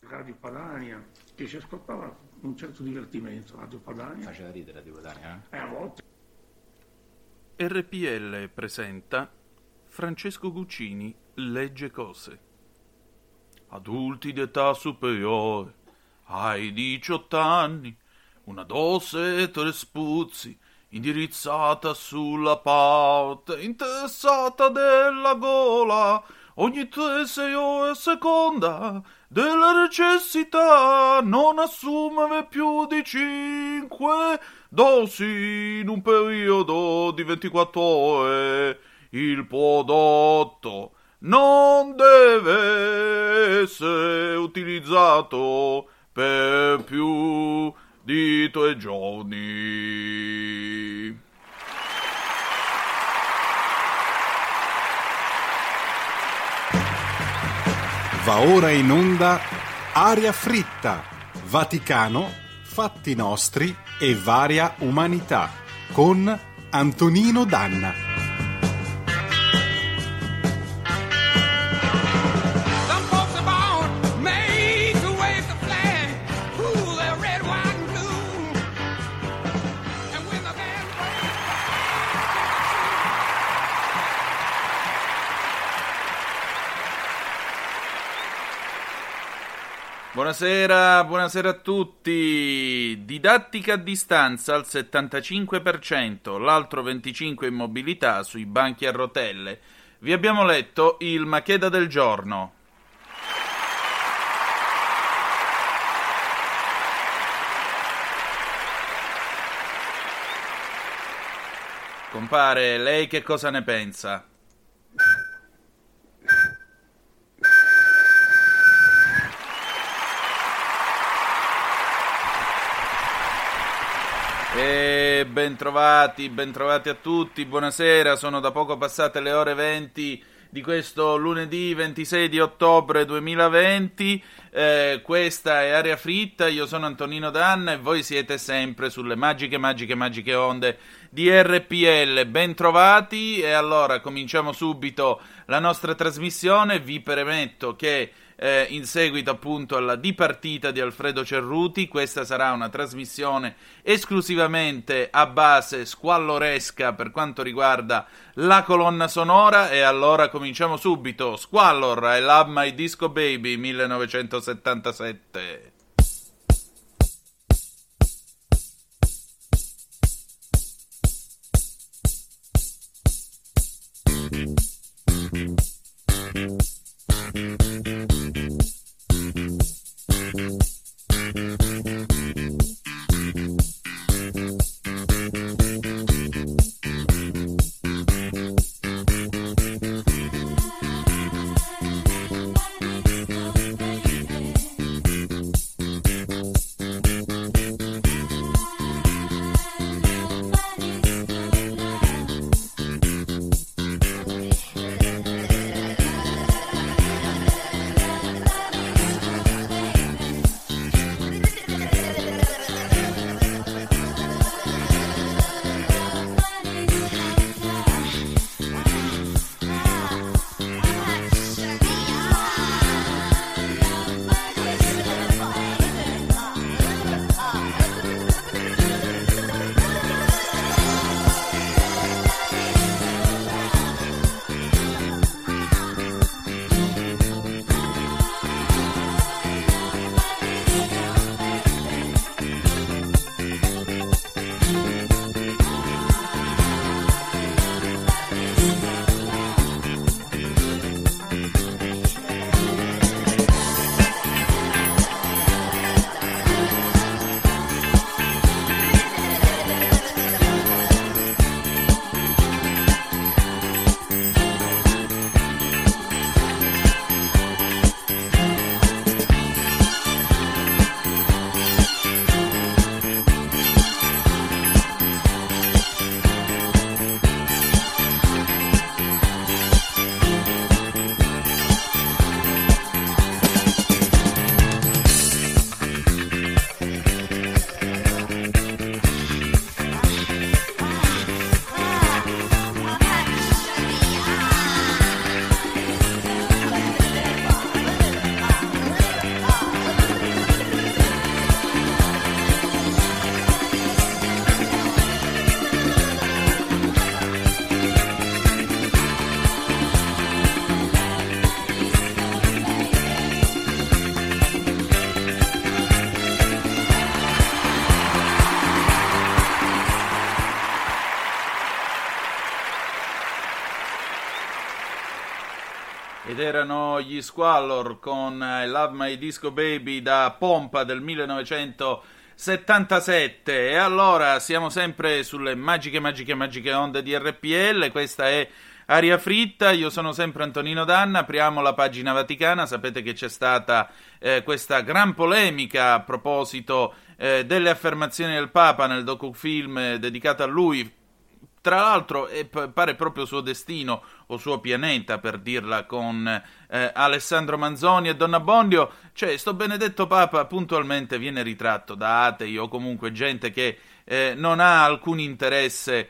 Radio Padania, che si ascoltava un certo divertimento. Radio Padania faceva ridere Radio Padania, a volte. RPL presenta Francesco Guccini legge cose. Adulti d'età superiore ai 18 anni, una dose 3 spuzzi indirizzata sulla parte interessata della gola, ogni 3-6 ore a seconda della necessità, non assumere più di 5 dosi in un periodo di 24 ore. Il prodotto non deve essere utilizzato per più di 3 giorni. Va ora in onda Aria fritta, Vaticano, fatti nostri e varia umanità, con Antonino Danna. Buonasera a tutti. Didattica a distanza al 75%, l'altro 25% in mobilità sui banchi a rotelle. Vi abbiamo letto il Macheda del giorno. Compare, lei che cosa ne pensa? E bentrovati a tutti, buonasera, sono da poco passate le ore 20 di questo lunedì 26 di ottobre 2020, questa è Aria Fritta, io sono Antonino Danna e voi siete sempre sulle magiche onde di RPL, bentrovati. E allora cominciamo subito la nostra trasmissione. Vi premetto che in seguito appunto alla dipartita di Alfredo Cerruti, questa sarà una trasmissione esclusivamente a base squalloresca per quanto riguarda la colonna sonora. E allora cominciamo subito. Squallor, I Love My Disco Baby 1977. Erano gli Squallor con I Love My Disco Baby da pompa del 1977. E allora siamo sempre sulle magiche onde di RPL. Questa è Aria Fritta, io sono sempre Antonino Danna. Apriamo la pagina vaticana. Sapete che c'è stata questa gran polemica a proposito delle affermazioni del Papa nel docufilm dedicato a lui. Tra l'altro pare proprio suo destino o suo pianeta, per dirla con Alessandro Manzoni e Donna Bondio. Cioè, sto benedetto Papa puntualmente viene ritratto da atei o comunque gente che non ha alcun interesse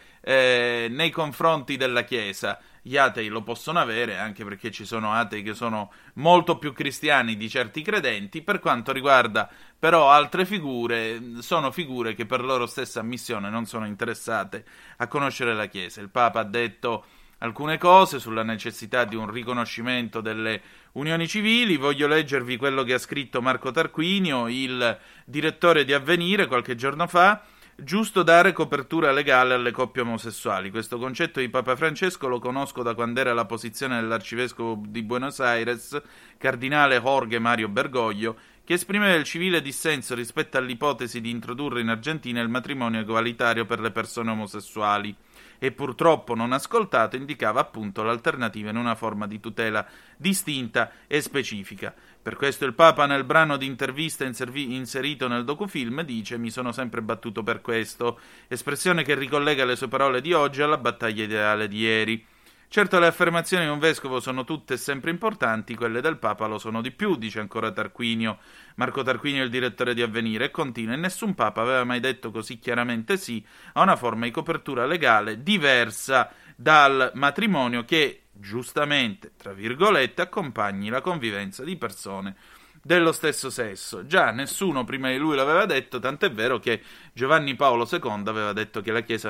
nei confronti della Chiesa. Gli atei lo possono avere, anche perché ci sono atei che sono molto più cristiani di certi credenti. Per quanto riguarda però altre figure, sono figure che per loro stessa missione non sono interessate a conoscere la Chiesa. Il Papa ha detto alcune cose sulla necessità di un riconoscimento delle unioni civili. Voglio leggervi quello che ha scritto Marco Tarquinio, il direttore di Avvenire, qualche giorno fa. Giusto dare copertura legale alle coppie omosessuali. Questo concetto di Papa Francesco lo conosco da quando era la posizione dell'arcivescovo di Buenos Aires, cardinale Jorge Mario Bergoglio, che esprimeva il civile dissenso rispetto all'ipotesi di introdurre in Argentina il matrimonio egualitario per le persone omosessuali e purtroppo non ascoltato indicava appunto l'alternativa in una forma di tutela distinta e specifica. Per questo il Papa nel brano di intervista inserito nel docufilm dice: mi sono sempre battuto per questo, espressione che ricollega le sue parole di oggi alla battaglia ideale di ieri. Certo, le affermazioni di un vescovo sono tutte e sempre importanti, quelle del Papa lo sono di più, dice ancora Tarquinio. Marco Tarquinio è il direttore di Avvenire e continua: e nessun Papa aveva mai detto così chiaramente sì a una forma di copertura legale diversa dal matrimonio che, giustamente, tra virgolette, accompagni la convivenza di persone dello stesso sesso. Già nessuno prima di lui l'aveva detto, tant'è vero che Giovanni Paolo II aveva detto che la Chiesa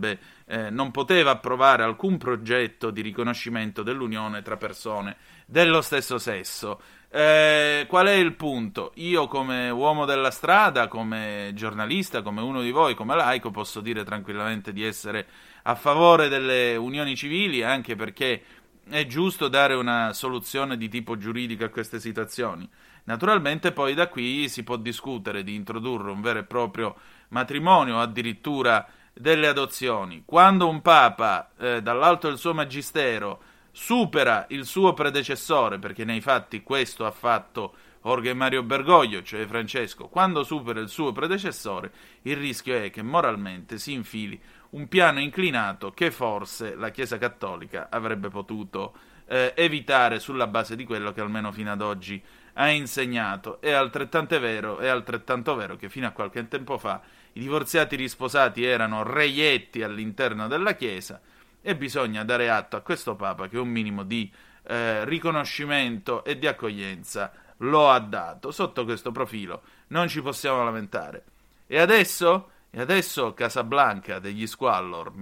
non poteva approvare alcun progetto di riconoscimento dell'unione tra persone dello stesso sesso. Qual è il punto? Io, come uomo della strada, come giornalista, come uno di voi, come laico, posso dire tranquillamente di essere a favore delle unioni civili, anche perché è giusto dare una soluzione di tipo giuridico a queste situazioni. Naturalmente poi da qui si può discutere di introdurre un vero e proprio matrimonio o addirittura delle adozioni. Quando un Papa, dall'alto del suo magistero, supera il suo predecessore, perché nei fatti questo ha fatto Jorge Mario Bergoglio, cioè Francesco, quando supera il suo predecessore, il rischio è che moralmente si infili un piano inclinato che forse la Chiesa Cattolica avrebbe potuto evitare sulla base di quello che almeno fino ad oggi ha insegnato. È altrettanto vero che fino a qualche tempo fa i divorziati risposati erano reietti all'interno della Chiesa, e bisogna dare atto a questo Papa che un minimo di riconoscimento e di accoglienza lo ha dato. Sotto questo profilo non ci possiamo lamentare. E adesso Casablanca degli Squallor,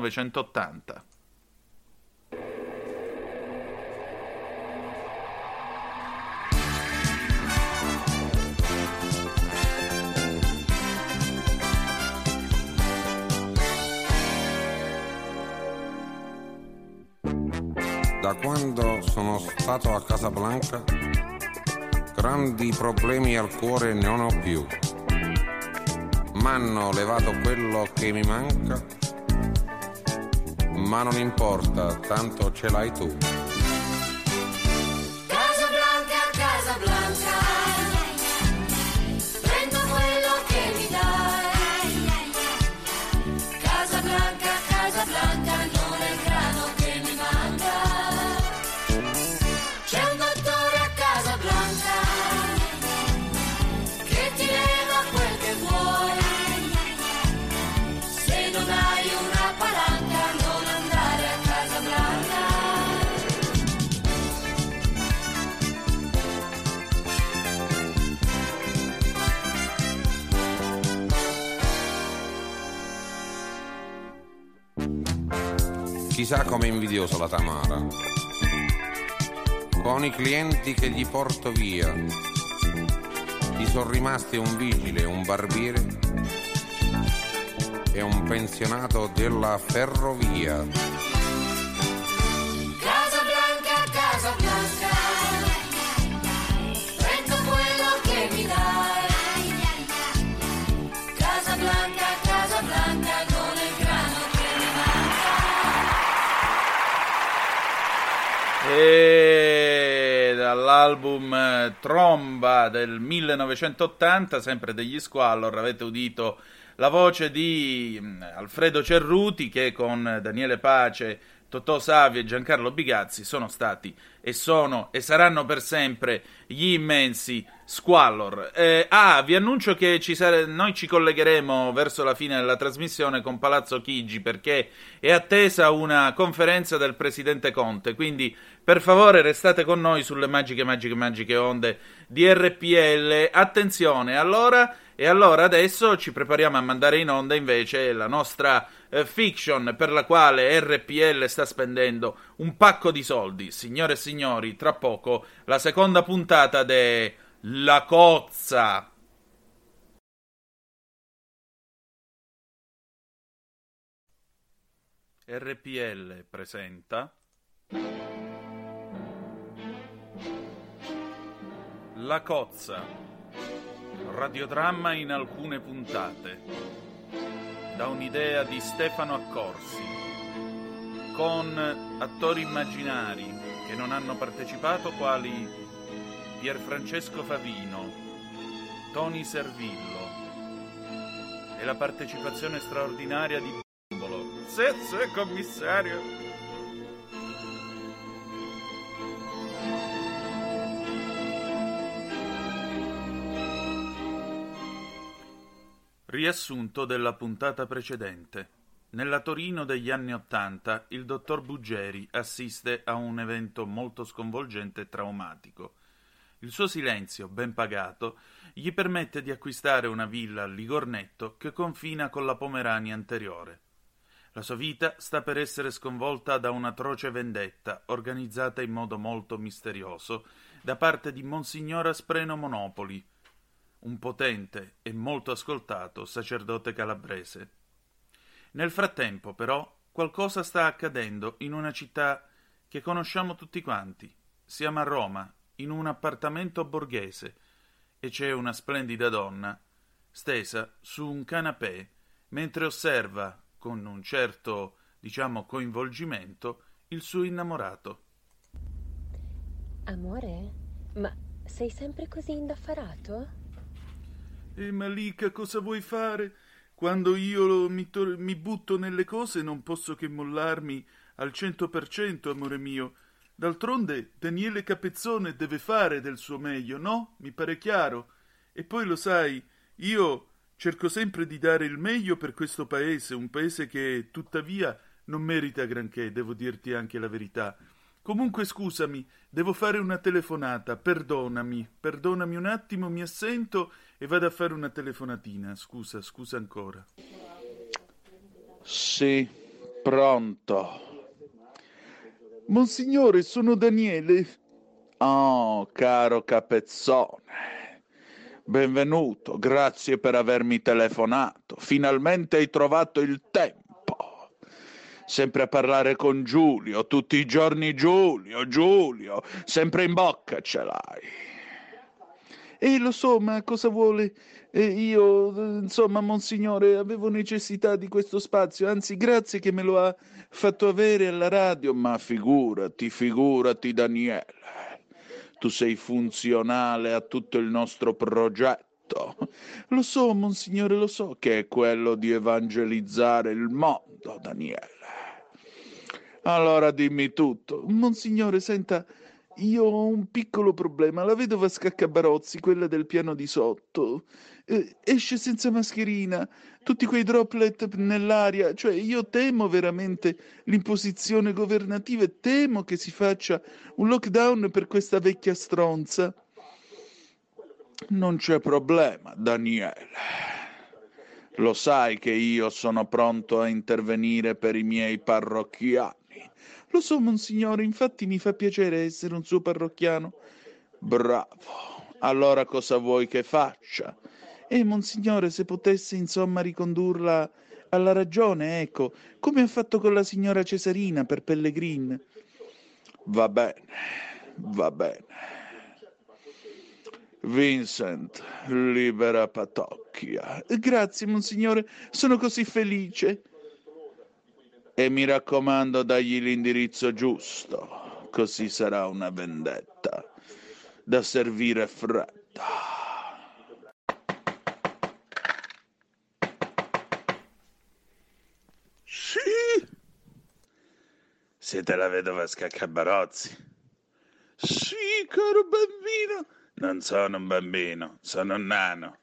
1980. Da quando sono stato a Casablanca, grandi problemi al cuore non ho più. M'hanno levato quello che mi manca, ma non importa, tanto ce l'hai tu. Casablanca, Casablanca, prendo quello che mi dai. Casablanca, Casablanca, non è il grano che mi manca. C'è un dottore a Casablanca che ti leva quel che vuoi. Se non hai una palanca, non andare a Casablanca. Chissà com'è invidiosa la Tamara, con i clienti che gli porto via. Gli sono rimasti un vigile, un barbiere e un pensionato della ferrovia. Casablanca, Casablanca, E dall'album Tromba del 1980, sempre degli Squallor, avete udito la voce di Alfredo Cerruti, che con Daniele Pace, Totò Savio e Giancarlo Bigazzi sono stati e sono e saranno per sempre gli immensi Squallor. Vi annuncio che noi ci collegheremo verso la fine della trasmissione con Palazzo Chigi, perché è attesa una conferenza del presidente Conte, quindi per favore restate con noi sulle magiche onde di RPL. Attenzione, allora adesso ci prepariamo a mandare in onda invece la nostra fiction, per la quale RPL sta spendendo un pacco di soldi. Signore e signori, tra poco la seconda puntata de La Cozza. RPL presenta La Cozza, radiodramma in alcune puntate, da un'idea di Stefano Accorsi, con attori immaginari che non hanno partecipato, quali Pierfrancesco Favino, Tony Servillo, e la partecipazione straordinaria di Bombolo. Sì, commissario. Riassunto della puntata precedente. Nella Torino degli anni '80 il dottor Buggeri assiste a un evento molto sconvolgente e traumatico. Il suo silenzio, ben pagato, gli permette di acquistare una villa a Ligornetto che confina con la Pomerania anteriore. La sua vita sta per essere sconvolta da un'atroce vendetta organizzata in modo molto misterioso da parte di Monsignor Aspreno Monopoli, un potente e molto ascoltato sacerdote calabrese. Nel frattempo, però, qualcosa sta accadendo in una città che conosciamo tutti quanti. Siamo a Roma, in un appartamento borghese, e c'è una splendida donna stesa su un canapè mentre osserva, con un certo, coinvolgimento, il suo innamorato. Amore, ma sei sempre così indaffarato? Malika, cosa vuoi fare? Quando io mi butto nelle cose non posso che mollarmi al 100%, amore mio. D'altronde Daniele Capezzone deve fare del suo meglio, no? Mi pare chiaro. E poi lo sai, io cerco sempre di dare il meglio per questo paese, un paese che tuttavia non merita granché, devo dirti anche la verità. Comunque scusami, devo fare una telefonata, perdonami un attimo, mi assento e vado a fare una telefonatina. Scusa ancora. Sì, pronto. Monsignore, sono Daniele. Oh, caro Capezzone, benvenuto, grazie per avermi telefonato. Finalmente hai trovato il tempo. Sempre a parlare con Giulio, tutti i giorni Giulio, sempre in bocca ce l'hai. Lo so, ma cosa vuole? Insomma, Monsignore, avevo necessità di questo spazio, anzi, grazie che me lo ha fatto avere alla radio, ma figurati, Daniele, tu sei funzionale a tutto il nostro progetto. Lo so, Monsignore, lo so che è quello di evangelizzare il mondo, Daniele. Allora dimmi tutto. Monsignore, senta, io ho un piccolo problema. La vedova Scaccabarozzi, quella del piano di sotto, esce senza mascherina, tutti quei droplet nell'aria. Cioè, io temo veramente l'imposizione governativa e temo che si faccia un lockdown per questa vecchia stronza. Non c'è problema, Daniele. Lo sai che io sono pronto a intervenire per i miei parrocchiani. Lo so, Monsignore, infatti mi fa piacere essere un suo parrocchiano. Bravo. Allora cosa vuoi che faccia? Monsignore, se potesse, insomma, ricondurla alla ragione, ecco, come ha fatto con la signora Cesarina per Pellegrin. Va bene. Vincent, libera Patocchia. Grazie, Monsignore, sono così felice. E mi raccomando, dagli l'indirizzo giusto. così sarà una vendetta da servire fredda. Sì? Siete la vedova Scaccabarozzi? Sì, caro bambino. Non sono un bambino, sono un nano.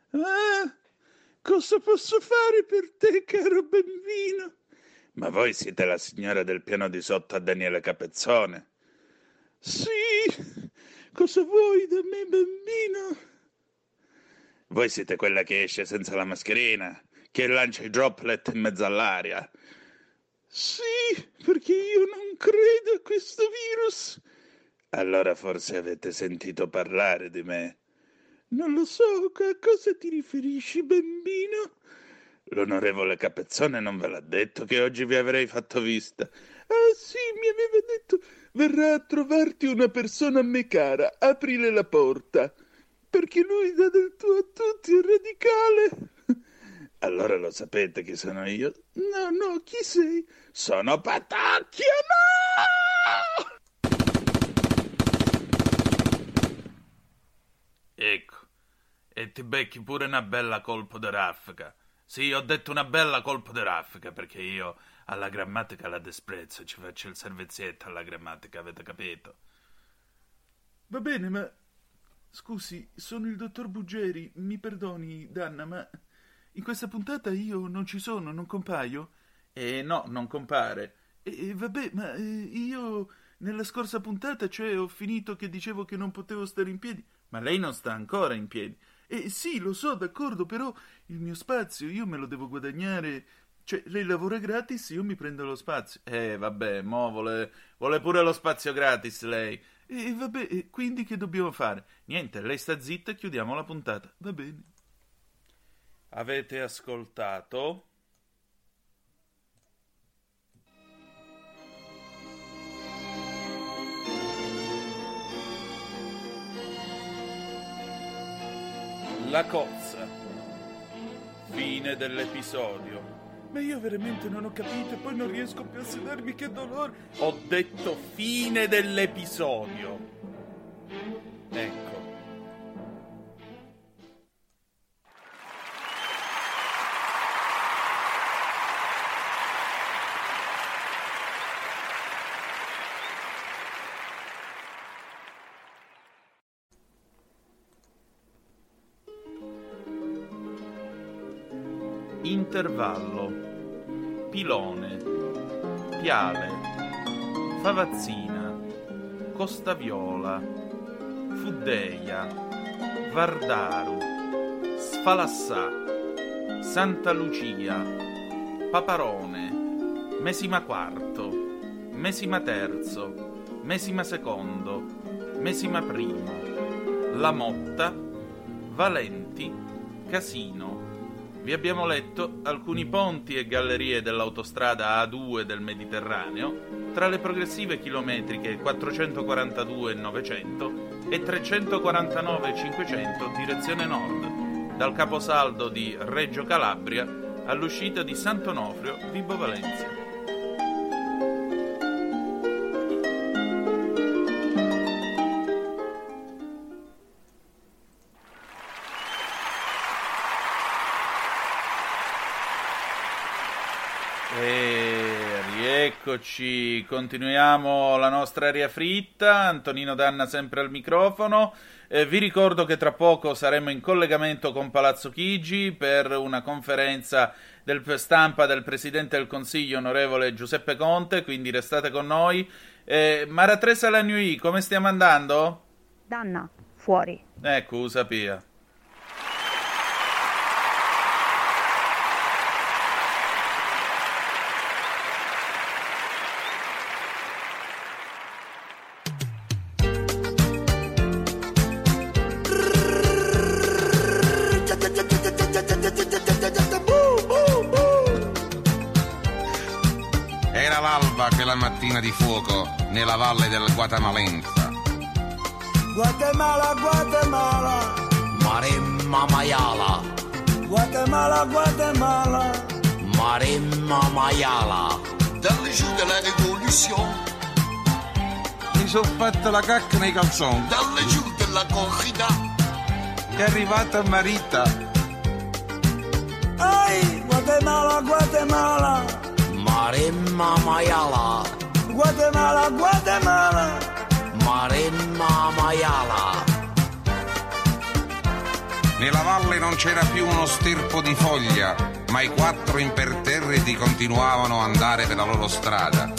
Cosa posso fare per te, caro bambino? Ma voi siete la signora del piano di sotto a Daniele Capezzone? Sì, cosa vuoi da me, bambino? Voi siete quella che esce senza la mascherina, che lancia i droplet in mezzo all'aria. Sì, perché io non credo a questo virus. Allora forse avete sentito parlare di me. Non lo so, a cosa ti riferisci, bambino? L'onorevole Capezzone non ve l'ha detto che oggi vi avrei fatto vista? Ah sì, mi aveva detto, verrà a trovarti una persona a me cara, aprile la porta. Perché lui dà del tu a tutti, è radicale. Allora lo sapete chi sono io? No, chi sei? Sono Patacchio, no! Ecco, e ti becchi pure una bella colpo di raffica. Sì, ho detto una bella colpo di raffica, perché io alla grammatica la disprezzo, ci faccio il servizietto alla grammatica, avete capito? Va bene, ma... Scusi, sono il dottor Buggeri, mi perdoni, Danna, ma... In questa puntata io non ci sono, non compaio? No, non compare. Vabbè, ma io... Nella scorsa puntata, cioè, ho finito che dicevo che non potevo stare in piedi. Ma lei non sta ancora in piedi. Sì, lo so, d'accordo, però il mio spazio io me lo devo guadagnare. Cioè, lei lavora gratis, io mi prendo lo spazio. Vabbè, mo vuole pure lo spazio gratis lei. Vabbè, quindi che dobbiamo fare? Niente, lei sta zitta e chiudiamo la puntata. Va bene. Avete ascoltato... La cozza. Fine dell'episodio. Ma io veramente non ho capito e poi non riesco più a sedermi, che dolore. Ho detto fine dell'episodio. Ecco. Intervallo, pilone, piale, favazzina, costaviola, fuddeia, vardaru, sfalassà, Santa Lucia, paparone, mesima quarto, mesima terzo, mesima secondo, mesima primo, la motta, Valenti, casino. Vi abbiamo letto alcuni ponti e gallerie dell'autostrada A2 del Mediterraneo tra le progressive chilometriche 442 e 900 e 349 e 500 direzione nord, dal caposaldo di Reggio Calabria all'uscita di Sant'Onofrio, Vibo Valentia. Rieccoci, continuiamo la nostra aria fritta. Antonino Danna sempre al microfono. Vi ricordo che tra poco saremo in collegamento con Palazzo Chigi per una conferenza del stampa del Presidente del Consiglio, onorevole Giuseppe Conte, quindi restate con noi. Mara Teresa la Nui, come stiamo andando? Danna, fuori. Ecco, sapia. Era l'alba quella mattina di fuoco nella valle del Guatamalenza. Guatemala, Guatemala, Maremma Maiala, Guatemala, Guatemala, Maremma Maiala. Dans le jour de la révolution, mi sono fatto la cacca nei calzoni. Dalle giù della corrida. È arrivata Marita. Ay, Guatemala, Guatemala. Maremma Maiala. Guatemala, Guatemala. Maremma Maiala. Nella valle non c'era più uno sterpo di foglia, ma i 4 imperterriti continuavano ad andare per la loro strada.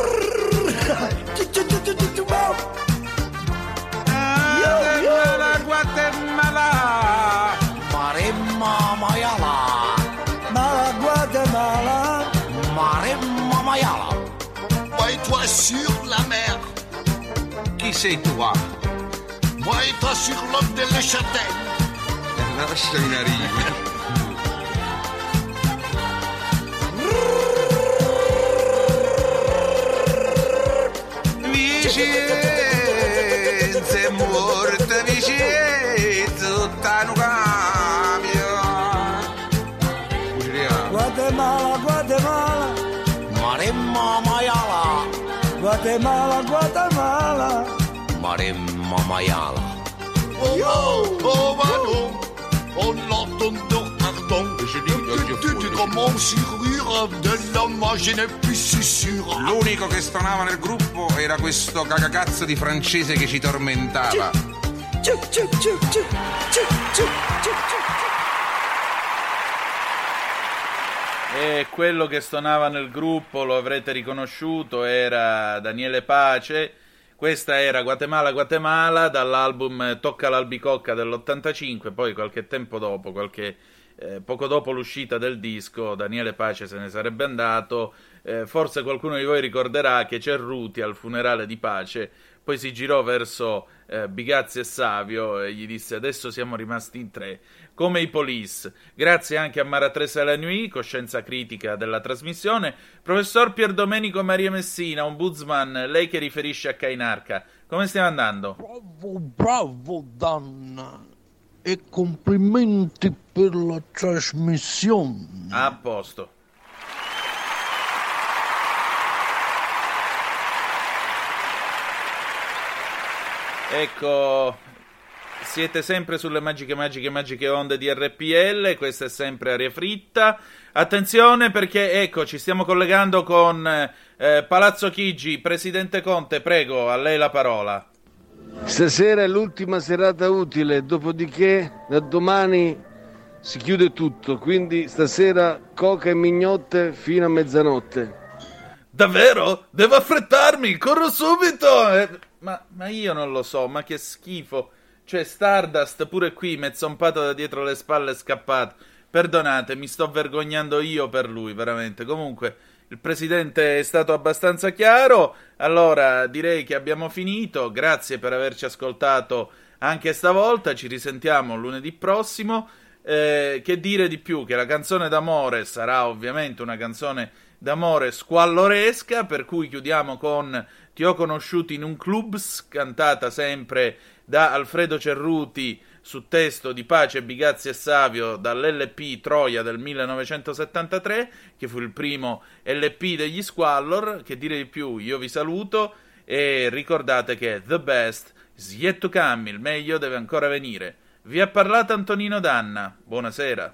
Guatemala, Guatemala. Maremma Maiala. Mala, Guatemala. Maremma Maiala. Moi et toi sur la mer. Chi sei tu? Moi et toi sur l'homme de la Châtaigne. Lasciami arrivi. Vicenza è morta, Vicenza, tutta un cambio. Guatemala, Guatemala. Maremma Maiala. Guatemala, Guatemala. Maremma Maiala. Oh, pardon. On l'entend, pardon. Tu commences sur rire della ma je ne plus si sûr. L'unico che stonava nel gruppo era questo cagacazzo di francese che ci tormentava. E quello che stonava nel gruppo, lo avrete riconosciuto, era Daniele Pace. Questa era Guatemala, Guatemala, dall'album Tocca l'Albicocca dell'85, poi qualche tempo dopo, poco dopo l'uscita del disco, Daniele Pace se ne sarebbe andato. Forse qualcuno di voi ricorderà che Cerruti al funerale di Pace poi si girò verso Bigazzi e Savio e gli disse: adesso siamo rimasti in 3, come i Police. Grazie anche a Mara Teresa La Nuit, coscienza critica della trasmissione. Professor Pierdomenico Maria Messina, ombudsman, lei che riferisce a Cainarca, come stiamo andando? Bravo Danna, e complimenti per la trasmissione. A posto. Ecco, siete sempre sulle magiche onde di RPL, questa è sempre Aria Fritta. Attenzione perché, ecco, ci stiamo collegando con Palazzo Chigi. Presidente Conte, prego, a lei la parola. Stasera è l'ultima serata utile, dopodiché da domani si chiude tutto, quindi stasera coca e mignotte fino a mezzanotte. Davvero? Devo affrettarmi, corro subito! Ma io non lo so, ma che schifo. Cioè, Stardust pure qui, mezzompato da dietro le spalle, è scappato. Perdonate, mi sto vergognando io per lui, veramente. Comunque, il presidente è stato abbastanza chiaro. Allora, direi che abbiamo finito. Grazie per averci ascoltato anche stavolta. Ci risentiamo lunedì prossimo. Che dire di più? Che la canzone d'amore sarà ovviamente una canzone d'amore squalloresca, per cui chiudiamo con Ti ho conosciuti in un clubs, cantata sempre da Alfredo Cerruti su testo di Pace, Bigazzi e Savio dall'LP Troia del 1973, che fu il primo LP degli Squallor. Che dire di più? Io vi saluto e ricordate che the best is yet to come, il meglio deve ancora venire. Vi ha parlato Antonino Danna, buonasera.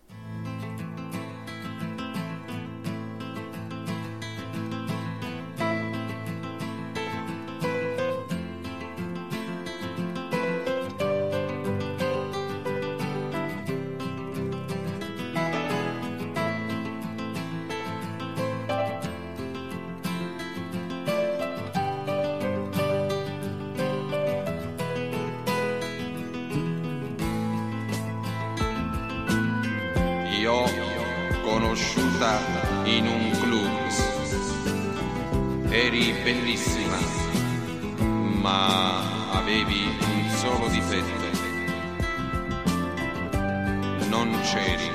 Conosciuta in un club, eri bellissima, ma avevi un solo difetto: non c'eri.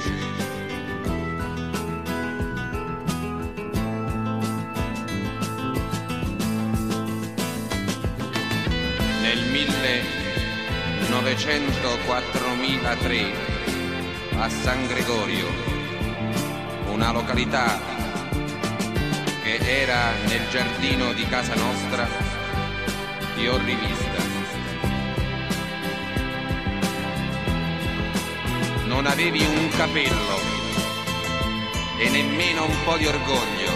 Nel 1904-2003 a San Gregorio, una località che era nel giardino di casa nostra, ti ho rivista. Non avevi un capello e nemmeno un po' di orgoglio.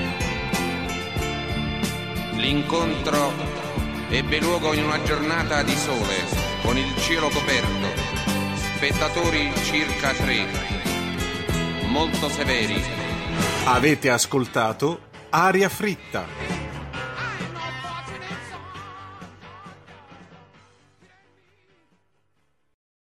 L'incontro ebbe luogo in una giornata di sole, con il cielo coperto, spettatori circa 3, molto severi. Avete ascoltato Aria Fritta.